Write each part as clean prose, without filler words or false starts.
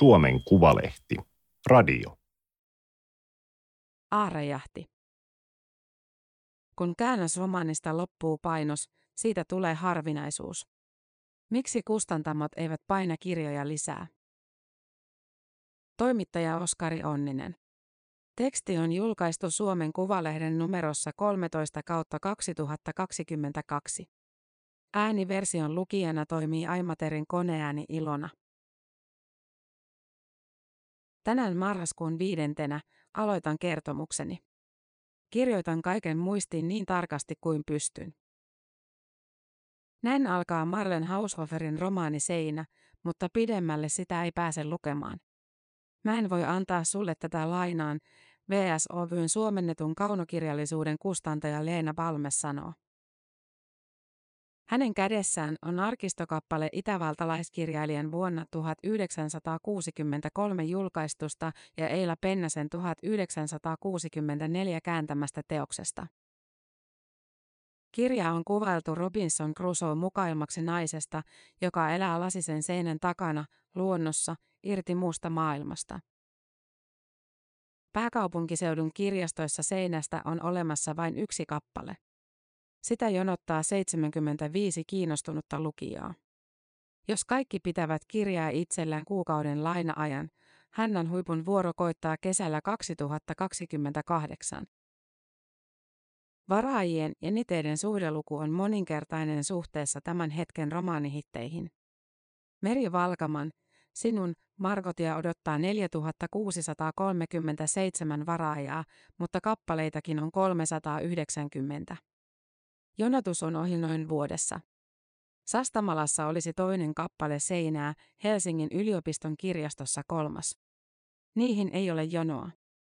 Suomen Kuvalehti. Radio. Aarrejahti. Kun käännösromaanista loppuu painos, siitä tulee harvinaisuus. Miksi kustantamot eivät paina kirjoja lisää? Toimittaja Oskari Onninen. Teksti on julkaistu Suomen Kuvalehden numerossa 13/2022. Ääniversion lukijana toimii Aimaterin koneääni Ilona. Tänään marraskuun 5. aloitan kertomukseni. Kirjoitan kaiken muistiin niin tarkasti kuin pystyn. Näin alkaa Marlen Haushoferin romaani Seinä, mutta pidemmälle sitä ei pääse lukemaan. Mä en voi antaa sulle tätä lainaan, VSOV:n suomennetun kaunokirjallisuuden kustantaja Leena Balme sanoo. Hänen kädessään on arkistokappale itävaltalaiskirjailijan vuonna 1963 julkaistusta ja Eila Pennasen 1964 kääntämästä teoksesta. Kirja on kuvailtu Robinson Crusoe mukailmaksi naisesta, joka elää lasisen seinän takana, luonnossa, irti muusta maailmasta. Pääkaupunkiseudun kirjastoissa seinästä on olemassa vain yksi kappale. Sitä jonottaa 75 kiinnostunutta lukijaa. Jos kaikki pitävät kirjaa itsellään kuukauden laina-ajan, Hannan huipun vuoro koittaa kesällä 2028. Varaajien ja niteiden suhdeluku on moninkertainen suhteessa tämän hetken romaanihitteihin. Meri Valkaman, sinun Margotia odottaa 4637 varaajaa, mutta kappaleitakin on 390. Jonotus on ohi noin vuodessa. Sastamalassa olisi toinen kappale Seinää, Helsingin yliopiston kirjastossa 3. Niihin ei ole jonoa.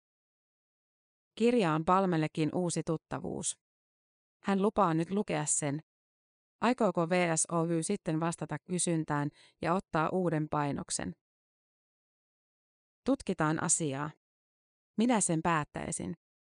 Kirja on Balmellekin uusi tuttavuus. Hän lupaa nyt lukea sen. Aikooko VSOV sitten vastata kysyntään ja ottaa uuden painoksen? Tutkitaan asiaa. Minä sen päättäisin.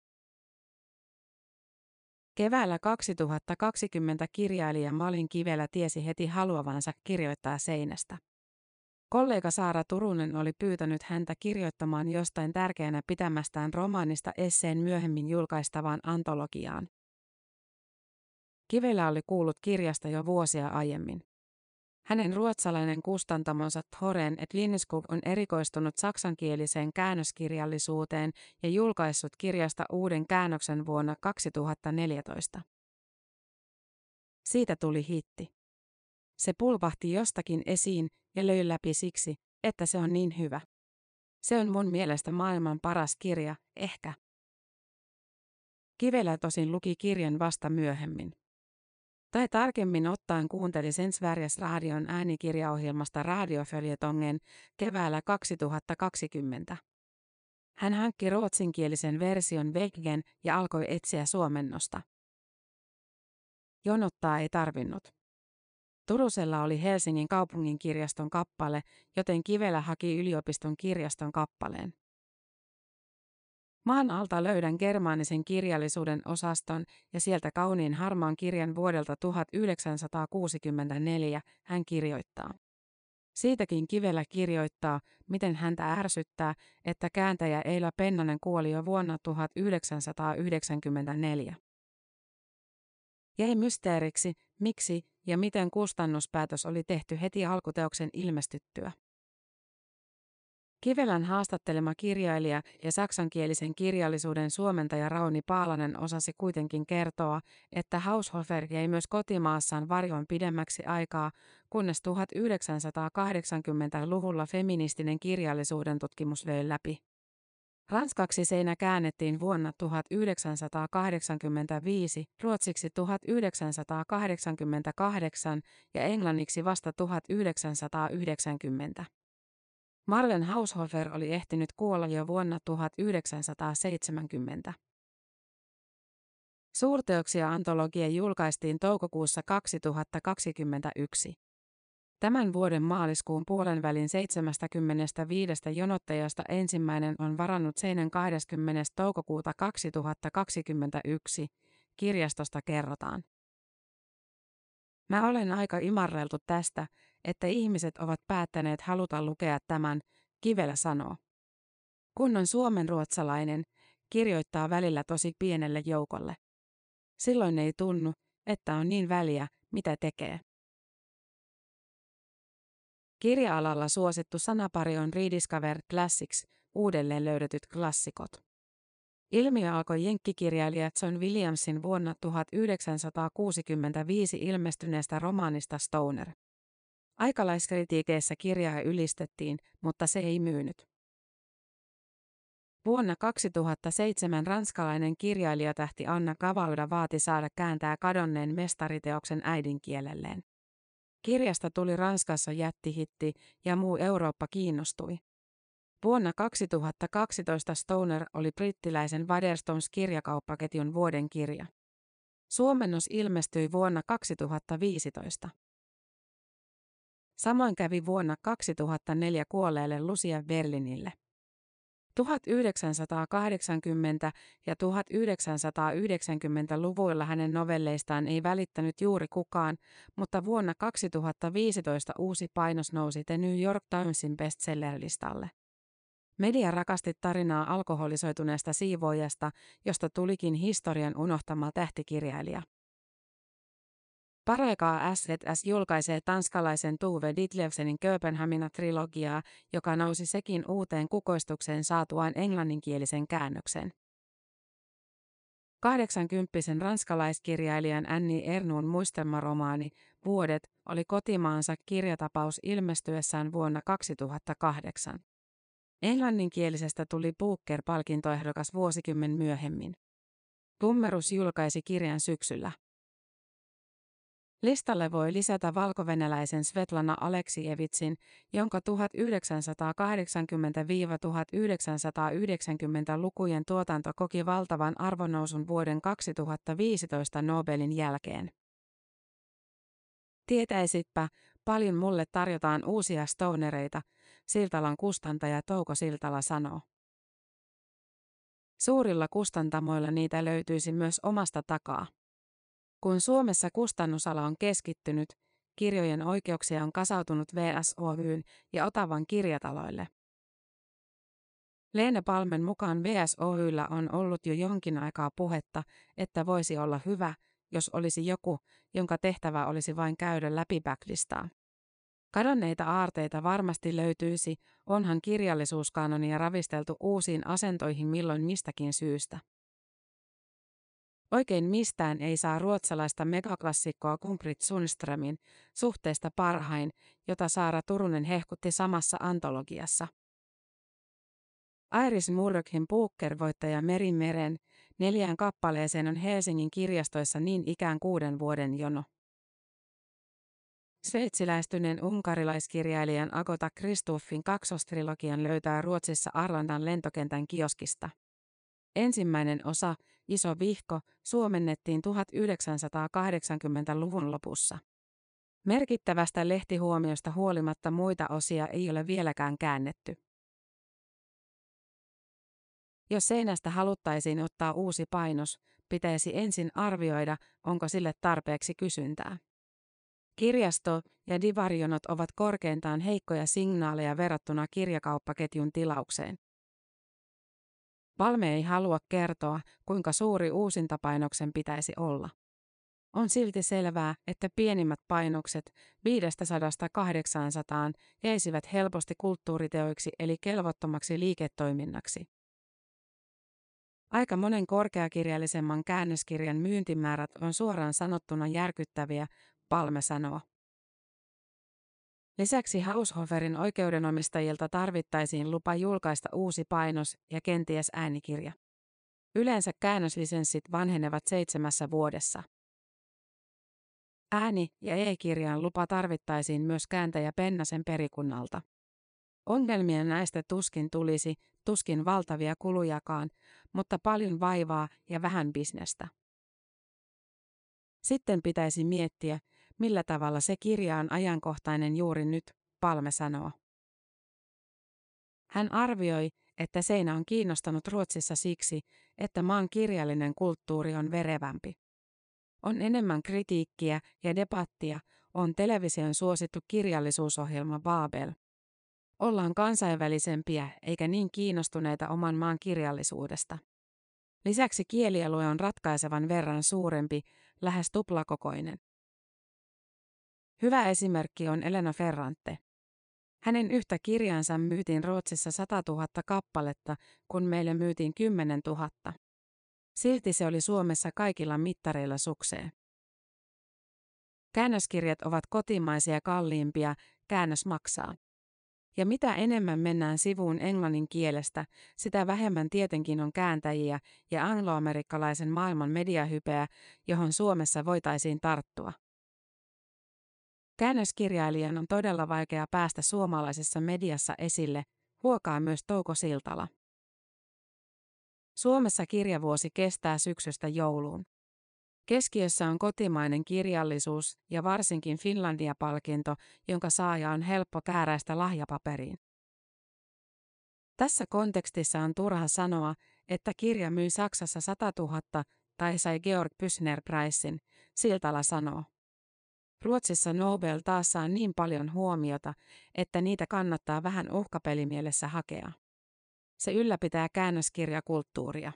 Keväällä 2020 kirjailija Malin Kivelä tiesi heti haluavansa kirjoittaa Seinästä. Kollega Saara Turunen oli pyytänyt häntä kirjoittamaan jostain tärkeänä pitämästään romaanista esseen myöhemmin julkaistavaan antologiaan. Kivelä oli kuullut kirjasta jo vuosia aiemmin. Hänen ruotsalainen kustantamonsa Thoren et Linneskog on erikoistunut saksankieliseen käännöskirjallisuuteen ja julkaissut kirjasta uuden käännöksen vuonna 2014. Siitä tuli hitti. Se pulpahti jostakin esiin ja löi läpi siksi, että se on niin hyvä. Se on mun mielestä maailman paras kirja, ehkä. Kivelä tosin luki kirjan vasta myöhemmin. Tai tarkemmin ottaen kuunteli sen Sveriges Radion äänikirjaohjelmasta Radioföljetongen keväällä 2020. Hän hankki ruotsinkielisen version Veggen ja alkoi etsiä suomennosta. Jonottaa ei tarvinnut. Turusella oli Helsingin kaupungin kirjaston kappale, joten Kivelä haki yliopiston kirjaston kappaleen. Maan alta löydän germaanisen kirjallisuuden osaston ja sieltä kauniin harmaan kirjan vuodelta 1964, hän kirjoittaa. Siitäkin Kivelä kirjoittaa, miten häntä ärsyttää, että kääntäjä Eila Pennanen kuoli jo vuonna 1994. Jäi mysteeriksi, miksi ja miten kustannuspäätös oli tehty heti alkuteoksen ilmestyttyä. Kivelän haastattelema kirjailija ja saksankielisen kirjallisuuden suomentaja Rauni Paalanen osasi kuitenkin kertoa, että Haushofer jäi myös kotimaassaan varjoon pidemmäksi aikaa, kunnes 1980-luvulla feministinen kirjallisuuden tutkimus löi läpi. Ranskaksi Seinä käännettiin vuonna 1985, ruotsiksi 1988 ja englanniksi vasta 1990. Marlen Haushofer oli ehtinyt kuolla jo vuonna 1970. Suurteoksia antologia julkaistiin toukokuussa 2021. Tämän vuoden maaliskuun puolenvälin 75 jonottajasta ensimmäinen on varannut Seinän 20. toukokuuta 2021, kirjastosta kerrotaan. Mä olen aika imarreltu tästä, että ihmiset ovat päättäneet haluta lukea tämän, Kivelä sanoo. Kun on suomenruotsalainen, kirjoittaa välillä tosi pienelle joukolle. Silloin ei tunnu, että on niin väliä, mitä tekee. Kirja-alalla suosittu sanapari on Rediscovered Classics, uudelleen löydetyt klassikot. Ilmiö alkoi jenkkikirjailija John Williamsin vuonna 1965 ilmestyneestä romaanista Stoner. Aikalaiskritiikeissä kirjaa ylistettiin, mutta se ei myynyt. Vuonna 2007 ranskalainen kirjailijatähti Anna Cavalda vaati saada kääntää kadonneen mestariteoksen äidinkielelleen. Kirjasta tuli Ranskassa jättihitti ja muu Eurooppa kiinnostui. Vuonna 2012 Stoner oli brittiläisen Waterstones kirjakauppaketjun vuoden kirja. Suomennos ilmestyi vuonna 2015. Samoin kävi vuonna 2004 kuolleelle Lucia Berlinille. 1980- ja 1990-luvuilla hänen novelleistaan ei välittänyt juuri kukaan, mutta vuonna 2015 uusi painos nousi The New York Timesin bestsellerlistalle. Media rakasti tarinaa alkoholisoituneesta siivoojasta, josta tulikin historian unohtama tähtikirjailija. Paraikaa S&S julkaisee tanskalaisen Tove Ditlevsenin Kööpenhamina-trilogiaa, joka nousi sekin uuteen kukoistukseen saatuaan englanninkielisen käännöksen. 80-vuotiaan ranskalaiskirjailijan Annie Ernaux'n muistelmaromaani Vuodet oli kotimaansa kirjatapaus ilmestyessään vuonna 2008. Englanninkielisestä tuli Booker-palkintoehdokas vuosikymmen myöhemmin. Gummerus julkaisi kirjan syksyllä. Listalle voi lisätä valkovenäläisen Svetlana Aleksievitsin, jonka 1980–1990 tuotanto koki valtavan arvonnousun vuoden 2015 Nobelin jälkeen. Tietäisitpä, paljon mulle tarjotaan uusia stonereita, Siltalan kustantaja Touko Siltala sanoo. Suurilla kustantamoilla niitä löytyisi myös omasta takaa. Kun Suomessa kustannusala on keskittynyt, kirjojen oikeuksia on kasautunut VSOY:n ja Otavan kirjataloille. Leena Palmen mukaan VSOY:llä on ollut jo jonkin aikaa puhetta, että voisi olla hyvä, jos olisi joku, jonka tehtävä olisi vain käydä läpi backlistaa. Kadonneita aarteita varmasti löytyisi, onhan kirjallisuuskanonia ravisteltu uusiin asentoihin milloin mistäkin syystä. Oikein mistään ei saa ruotsalaista megaklassikkoa Kumprit Sundströmin, suhteesta parhain, jota Saara Turunen hehkutti samassa antologiassa. Iris Murdokin Booker-voittaja Meren 4 kappaleeseen on Helsingin kirjastoissa niin ikään 6 vuoden jono. Sveitsiläistyneen unkarilaiskirjailijan Agota Kristoffin kaksostrilogian löytää Ruotsissa Arlandan lentokentän kioskista. Ensimmäinen osa, Iso vihko, suomennettiin 1980-luvun lopussa. Merkittävästä lehtihuomiosta huolimatta muita osia ei ole vieläkään käännetty. Jos seinästä haluttaisiin ottaa uusi painos, pitäisi ensin arvioida, onko sille tarpeeksi kysyntää. Kirjasto- ja divarionot ovat korkeintaan heikkoja signaaleja verrattuna kirjakauppaketjun tilaukseen. Palme ei halua kertoa, kuinka suuri uusintapainoksen pitäisi olla. On silti selvää, että pienimmät painokset 500–800 jäisivät helposti kulttuuriteoiksi eli kelvottomaksi liiketoiminnaksi. Aika monen korkeakirjallisemman käännöskirjan myyntimäärät on suoraan sanottuna järkyttäviä, Palme sanoo. Lisäksi Haushoferin oikeudenomistajilta tarvittaisiin lupa julkaista uusi painos ja kenties äänikirja. Yleensä käännöslisenssit vanhenevat 7 vuodessa. Ääni- ja e-kirjan lupa tarvittaisiin myös kääntäjä Pennasen perikunnalta. Ongelmia näistä tuskin tulisi, tuskin valtavia kulujakaan, mutta paljon vaivaa ja vähän bisnestä. Sitten pitäisi miettiä, millä tavalla se kirja on ajankohtainen juuri nyt, Palme sanoo. Hän arvioi, että seinä on kiinnostanut Ruotsissa siksi, että maan kirjallinen kulttuuri on verevämpi. On enemmän kritiikkiä ja debattia, on television suosittu kirjallisuusohjelma Babel. Ollaan kansainvälisempiä eikä niin kiinnostuneita oman maan kirjallisuudesta. Lisäksi kielialue on ratkaisevan verran suurempi, lähes tuplakokoinen. Hyvä esimerkki on Elena Ferrante. Hänen yhtä kirjaansa myytiin Ruotsissa 100 000 kappaletta, kun meille myytiin 10 000. Silti se oli Suomessa kaikilla mittareilla suksee. Käännöskirjat ovat kotimaisia kalliimpia, käännös maksaa. Ja mitä enemmän mennään sivuun englannin kielestä, sitä vähemmän tietenkin on kääntäjiä ja angloamerikkalaisen maailman mediahypeä, johon Suomessa voitaisiin tarttua. Käännöskirjailijan on todella vaikea päästä suomalaisessa mediassa esille, huokaa myös Touko Siltala. Suomessa kirjavuosi kestää syksystä jouluun. Keskiössä on kotimainen kirjallisuus ja varsinkin Finlandia-palkinto, jonka saaja on helppo kääräistä lahjapaperiin. Tässä kontekstissa on turha sanoa, että kirja myi Saksassa 100 000 tai sai Georg Büchner-Prizen, Siltala sanoo. Ruotsissa Nobel taas saa niin paljon huomiota, että niitä kannattaa vähän uhkapelimielessä hakea. Se ylläpitää käännöskirjakulttuuria.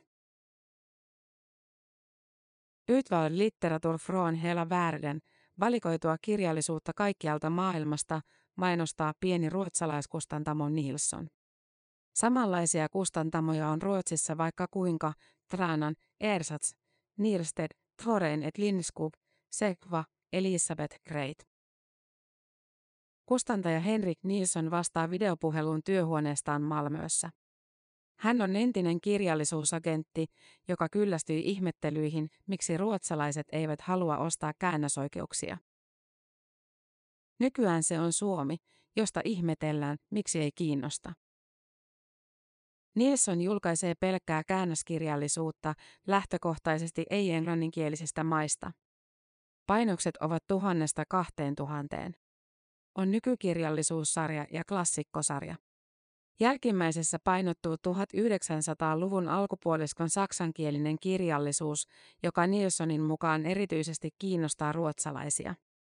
Utvalld litteratur från hela världen, valikoitua kirjallisuutta kaikkialta maailmasta, mainostaa pieni ruotsalaiskustantamo Nilsson. Samanlaisia kustantamoja on Ruotsissa vaikka kuinka, Tranan, Ersatz, Niersted, Thorein et Lindskog, Sekva, Elisabeth Great. Kustantaja Henrik Nilsson vastaa videopuheluun työhuoneestaan Malmössä. Hän on entinen kirjallisuusagentti, joka kyllästyi ihmettelyihin, miksi ruotsalaiset eivät halua ostaa käännösoikeuksia. Nykyään se on Suomi, josta ihmetellään, miksi ei kiinnosta. Nilsson julkaisee pelkkää käännöskirjallisuutta, lähtökohtaisesti ei englanninkielisistä maista. Painokset ovat 1000–2000. On nykykirjallisuussarja ja klassikkosarja. Jälkimmäisessä painottuu 1900-luvun alkupuoliskon saksankielinen kirjallisuus, joka Nilssonin mukaan erityisesti kiinnostaa ruotsalaisia.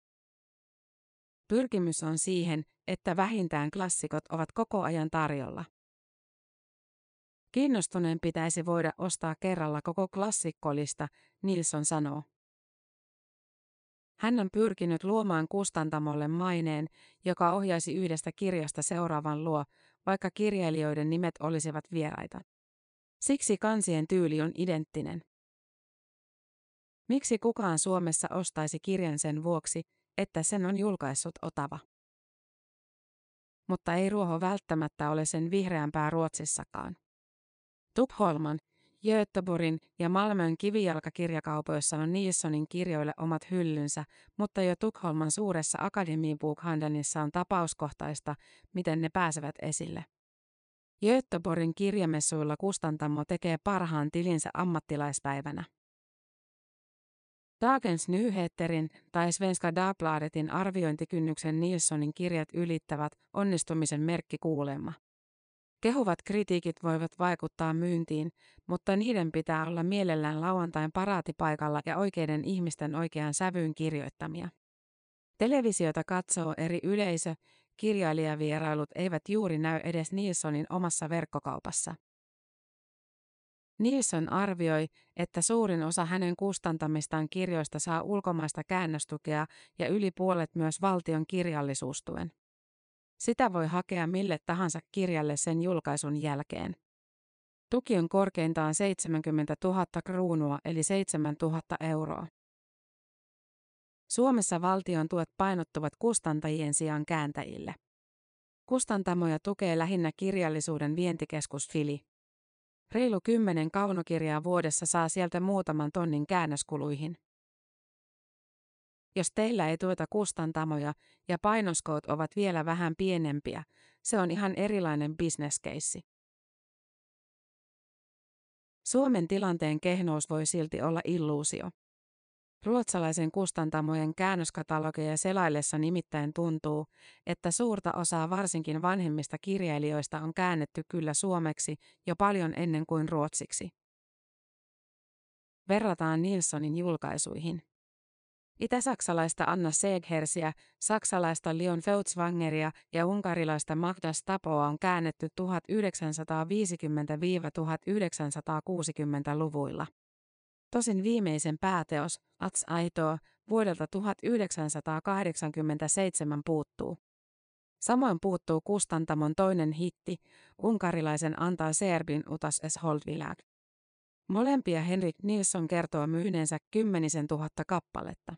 Pyrkimys on siihen, että vähintään klassikot ovat koko ajan tarjolla. Kiinnostuneen pitäisi voida ostaa kerralla koko klassikkolista, Nilsson sanoo. Hän on pyrkinyt luomaan kustantamolle maineen, joka ohjaisi yhdestä kirjasta seuraavan luo, vaikka kirjailijoiden nimet olisivat vieraita. Siksi kansien tyyli on identtinen. Miksi kukaan Suomessa ostaisi kirjan sen vuoksi, että sen on julkaissut Otava? Mutta ei ruoho välttämättä ole sen vihreämpää Ruotsissakaan. Tukholman, Göteborgin ja Malmön kivijalkakirjakaupoissa on Nilssonin kirjoille omat hyllynsä, mutta jo Tukholman suuressa Akademibokhandelissa on tapauskohtaista, miten ne pääsevät esille. Göteborgin kirjamessuilla kustantamo tekee parhaan tilinsä ammattilaispäivänä. Dagens Nyheterin tai Svenska Dagbladetin arviointikynnyksen Nilssonin kirjat ylittävät, onnistumisen merkki kuulemma. Kehuvat kritiikit voivat vaikuttaa myyntiin, mutta niiden pitää olla mielellään lauantain paraatipaikalla ja oikeiden ihmisten oikeaan sävyyn kirjoittamia. Televisiota katsoo eri yleisö, kirjailijavierailut eivät juuri näy edes Nilssonin omassa verkkokaupassa. Nilsson arvioi, että suurin osa hänen kustantamistaan kirjoista saa ulkomaista käännöstukea ja yli puolet myös valtion kirjallisuustuen. Sitä voi hakea mille tahansa kirjalle sen julkaisun jälkeen. Tuki on korkeintaan 70 000 kruunua eli 7 000 euroa. Suomessa valtion tuet painottuvat kustantajien sijaan kääntäjille. Kustantamoja tukee lähinnä kirjallisuuden vientikeskus Fili. Reilu 10 kaunokirjaa vuodessa saa sieltä muutaman tonnin käännöskuluihin. Jos teillä ei tueta kustantamoja ja painoskoot ovat vielä vähän pienempiä, se on ihan erilainen bisneskeissi. Suomen tilanteen kehnous voi silti olla illuusio. Ruotsalaisen kustantamojen käännöskatalogeja selaillessa nimittäin tuntuu, että suurta osaa varsinkin vanhemmista kirjailijoista on käännetty kyllä suomeksi jo paljon ennen kuin ruotsiksi. Verrataan Nilssonin julkaisuihin. Itä-saksalaista Anna Seghersiä, saksalaista Leon Feutzwangeria ja unkarilaista Magda Stapoa on käännetty 1950–1960-luvuilla. Tosin viimeisen pääteos, Ats Aitoa, vuodelta 1987 puuttuu. Samoin puuttuu kustantamon toinen hitti, unkarilaisen Antal Serbin Utas es Holdvilag. Molempia Henrik Nilsson kertoo myyneensä 10 000 kappaletta.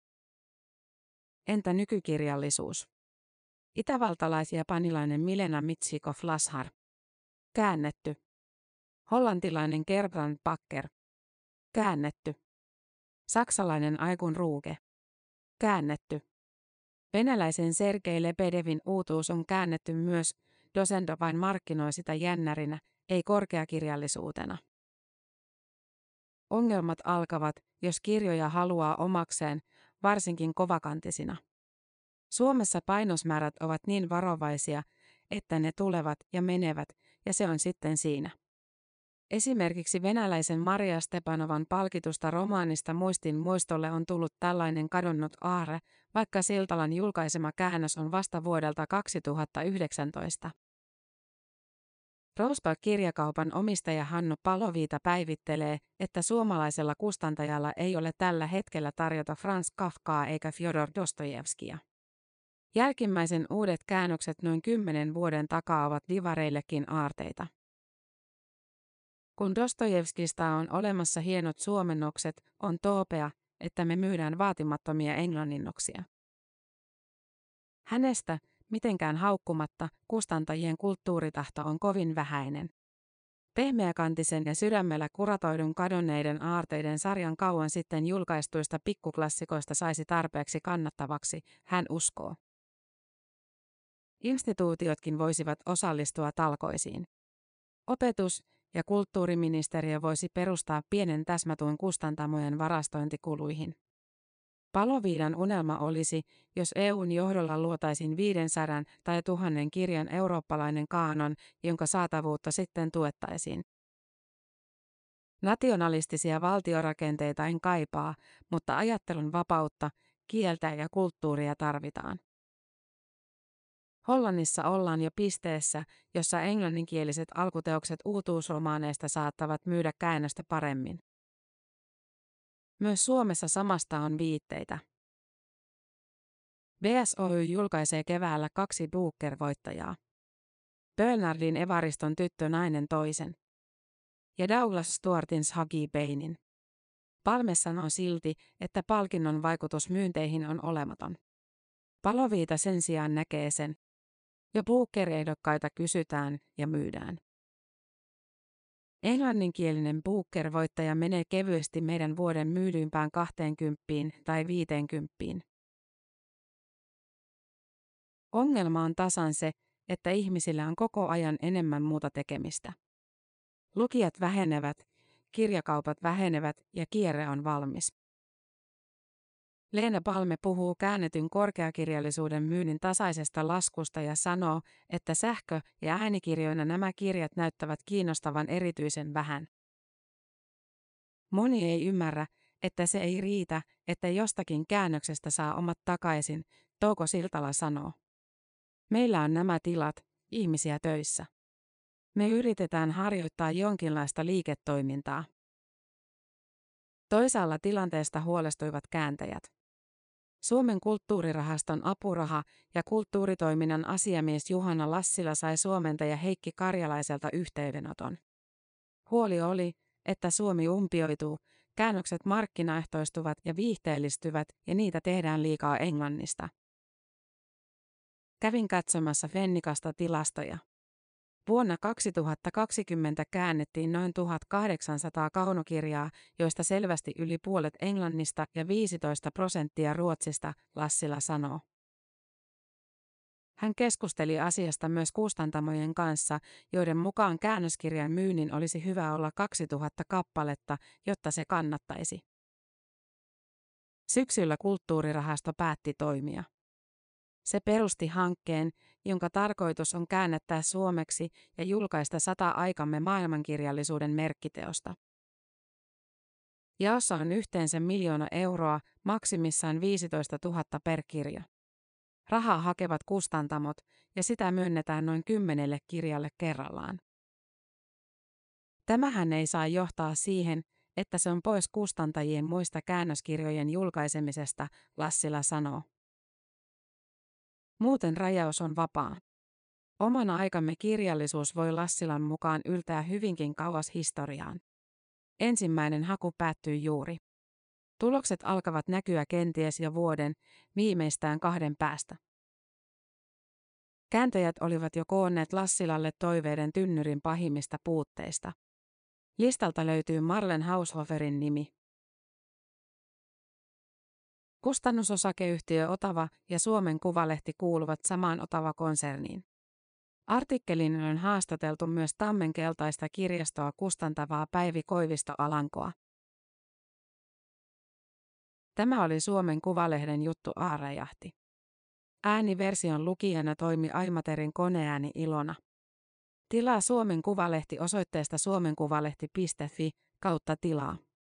Entä nykykirjallisuus? Itävaltalais-japanilainen Milena Mitschikoff-Lashar. Käännetty. Hollantilainen Gerbrand Bakker. Käännetty. Saksalainen Aigun Ruuge. Käännetty. Venäläisen Sergei Lebedevin uutuus on käännetty myös, Dosendo vain markkinoi sitä jännärinä, ei korkeakirjallisuutena. Ongelmat alkavat, jos kirjoja haluaa omakseen, varsinkin kovakantisina. Suomessa painosmäärät ovat niin varovaisia, että ne tulevat ja menevät, ja se on sitten siinä. Esimerkiksi venäläisen Maria Stepanovan palkitusta romaanista Muistin muistolle on tullut tällainen kadonnut aarre, vaikka Siltalan julkaisema käännös on vasta vuodelta 2019. Rosberg-kirjakaupan omistaja Hannu Paloviita päivittelee, että suomalaisella kustantajalla ei ole tällä hetkellä tarjota Franz Kafkaa eikä Fjodor Dostojevskia. Jälkimmäisen uudet käännökset noin 10 vuoden takaa ovat divareillekin aarteita. Kun Dostojevskista on olemassa hienot suomennokset, on toopea, että me myydään vaatimattomia englanninnoksia. Hänestä, mitenkään haukkumatta, kustantajien kulttuuritahto on kovin vähäinen. Pehmeäkantisen ja sydämellä kuratoidun kadonneiden aarteiden sarjan kauan sitten julkaistuista pikkuklassikoista saisi tarpeeksi kannattavaksi, hän uskoo. Instituutiotkin voisivat osallistua talkoisiin. Opetus- ja kulttuuriministeriö voisi perustaa pienen täsmätuin kustantamojen varastointikuluihin. Paloviidan unelma olisi, jos EUn johdolla luotaisiin 500 tai 1000 kirjan eurooppalainen kaanon, jonka saatavuutta sitten tuettaisiin. Nationalistisia valtiorakenteita en kaipaa, mutta ajattelun vapautta, kieltä ja kulttuuria tarvitaan. Hollannissa ollaan jo pisteessä, jossa englanninkieliset alkuteokset uutuusromaaneista saattavat myydä käännöstä paremmin. Myös Suomessa samasta on viitteitä. BSOY julkaisee keväällä 2 Booker-voittajaa. Bernardin Evariston tyttö nainen toisen. Ja Douglas Stuartin Huggy Bainin. Palme sanoo silti, että palkinnon vaikutus myynteihin on olematon. Paloviita sen sijaan näkee sen. Jo Booker-ehdokkaita kysytään ja myydään. Englanninkielinen Booker-voittaja menee kevyesti meidän vuoden myydyimpään 20 tai 50. Ongelma on tasan se, että ihmisillä on koko ajan enemmän muuta tekemistä. Lukijat vähenevät, kirjakaupat vähenevät ja kierre on valmis. Leena Palme puhuu käännetyn korkeakirjallisuuden myynnin tasaisesta laskusta ja sanoo, että sähkö- ja äänikirjoina nämä kirjat näyttävät kiinnostavan erityisen vähän. Moni ei ymmärrä, että se ei riitä, että jostakin käännöksestä saa omat takaisin, Touko Siltala sanoo. Meillä on nämä tilat, ihmisiä töissä. Me yritetään harjoittaa jonkinlaista liiketoimintaa. Toisaalla tilanteesta huolestuivat kääntäjät. Suomen kulttuurirahaston apuraha- ja kulttuuritoiminnan asiamies Juhana Lassila sai suomentaja Heikki Karjalaiselta yhteydenoton. Huoli oli, että Suomi umpioituu, käännökset markkinaehtoistuvat ja viihteellistyvät ja niitä tehdään liikaa englannista. Kävin katsomassa Fennicasta tilastoja. Vuonna 2020 käännettiin noin 1800 kaunokirjaa, joista selvästi yli puolet englannista ja 15% ruotsista, Lassila sanoo. Hän keskusteli asiasta myös kustantamojen kanssa, joiden mukaan käännöskirjan myynnin olisi hyvä olla 2000 kappaletta, jotta se kannattaisi. Syksyllä Kulttuurirahasto päätti toimia. Se perusti hankkeen, jonka tarkoitus on käännättää suomeksi ja julkaista 100 aikamme maailmankirjallisuuden merkkiteosta. Jaossa on yhteensä 1 000 000 euroa, maksimissaan 15 000 per kirja. Rahaa hakevat kustantamot, ja sitä myönnetään noin 10 kirjalle kerrallaan. Tämähän ei saa johtaa siihen, että se on pois kustantajien muista käännöskirjojen julkaisemisesta, Lassila sanoo. Muuten rajaus on vapaa. Oman aikamme kirjallisuus voi Lassilan mukaan yltää hyvinkin kauas historiaan. Ensimmäinen haku päättyi juuri. Tulokset alkavat näkyä kenties jo vuoden, viimeistään 2 päästä. Kääntäjät olivat jo koonneet Lassilalle toiveiden tynnyrin pahimmista puutteista. Listalta löytyy Marlen Haushoferin nimi. Kustannusosakeyhtiö Otava ja Suomen Kuvalehti kuuluvat samaan Otava-konserniin. Artikkelin on haastateltu myös Tammen keltaista kirjastoa kustantavaa Päivi Koivisto Alankoa. Tämä oli Suomen Kuvalehden juttu A-räjähti. Ääniversion lukijana toimi Aimaterin koneääni Ilona. Tilaa Suomen Kuvalehti osoitteesta suomenkuvalehti.fi/tilaa.